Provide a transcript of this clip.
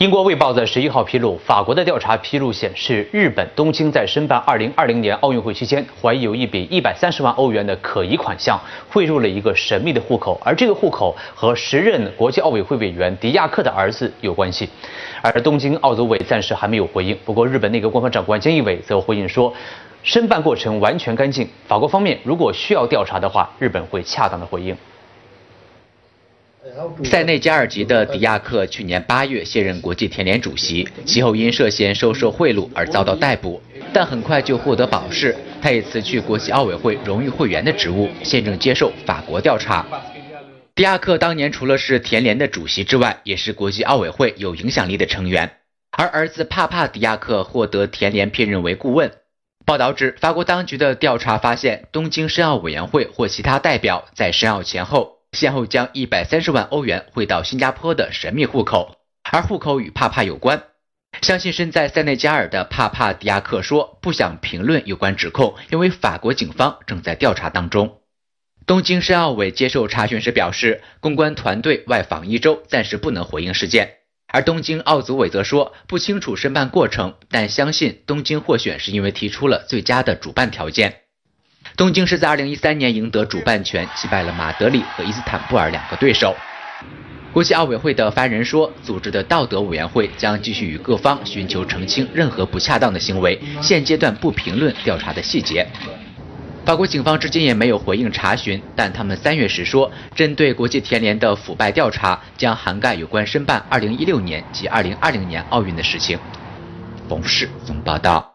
英国《卫报》在11号披露，法国的调查披露显示，日本东京在申办2020年奥运会期间，怀疑有一笔130万欧元的可疑款项汇入了一个神秘的户口，而这个户口和时任国际奥委会委员迪亚克的儿子有关系。而东京奥组委暂时还没有回应，不过日本内阁官房长官菅义伟则回应说，申办过程完全干净，法国方面如果需要调查的话，日本会恰当的回应。 塞内加尔籍的迪亚克去年8月卸任国际田联主席，其后因涉嫌收受贿赂而遭到逮捕，但很快就获得保释。他也辞去国际奥委会荣誉会员的职务，现正接受法国调查。迪亚克当年除了是田联的主席之外，也是国际奥委会有影响力的成员，而儿子帕帕迪亚克获得田联聘任为顾问。报道指，法国当局的调查发现，东京申奥委员会或其他代表在申奥前后先后将130万欧元汇到新加坡的神秘户口，而户口与帕帕有关。相信身在塞内加尔的帕帕迪亚克说，不想评论有关指控，因为法国警方正在调查当中。东京申奥委接受查询时表示，公关团队外访1周，暂时不能回应事件。而东京奥组委则说，不清楚申办过程，但相信东京获选是因为提出了最佳的主办条件。东京是在2013年赢得主办权，击败了马德里和伊斯坦布尔2个对手。国际奥委会的发言人说，组织的道德委员会将继续与各方寻求澄清任何不恰当的行为，现阶段不评论调查的细节。法国警方至今也没有回应查询，但他们3月时说，针对国际田联的腐败调查将涵盖有关申办2016年及2020年奥运的事情。冯世总报道。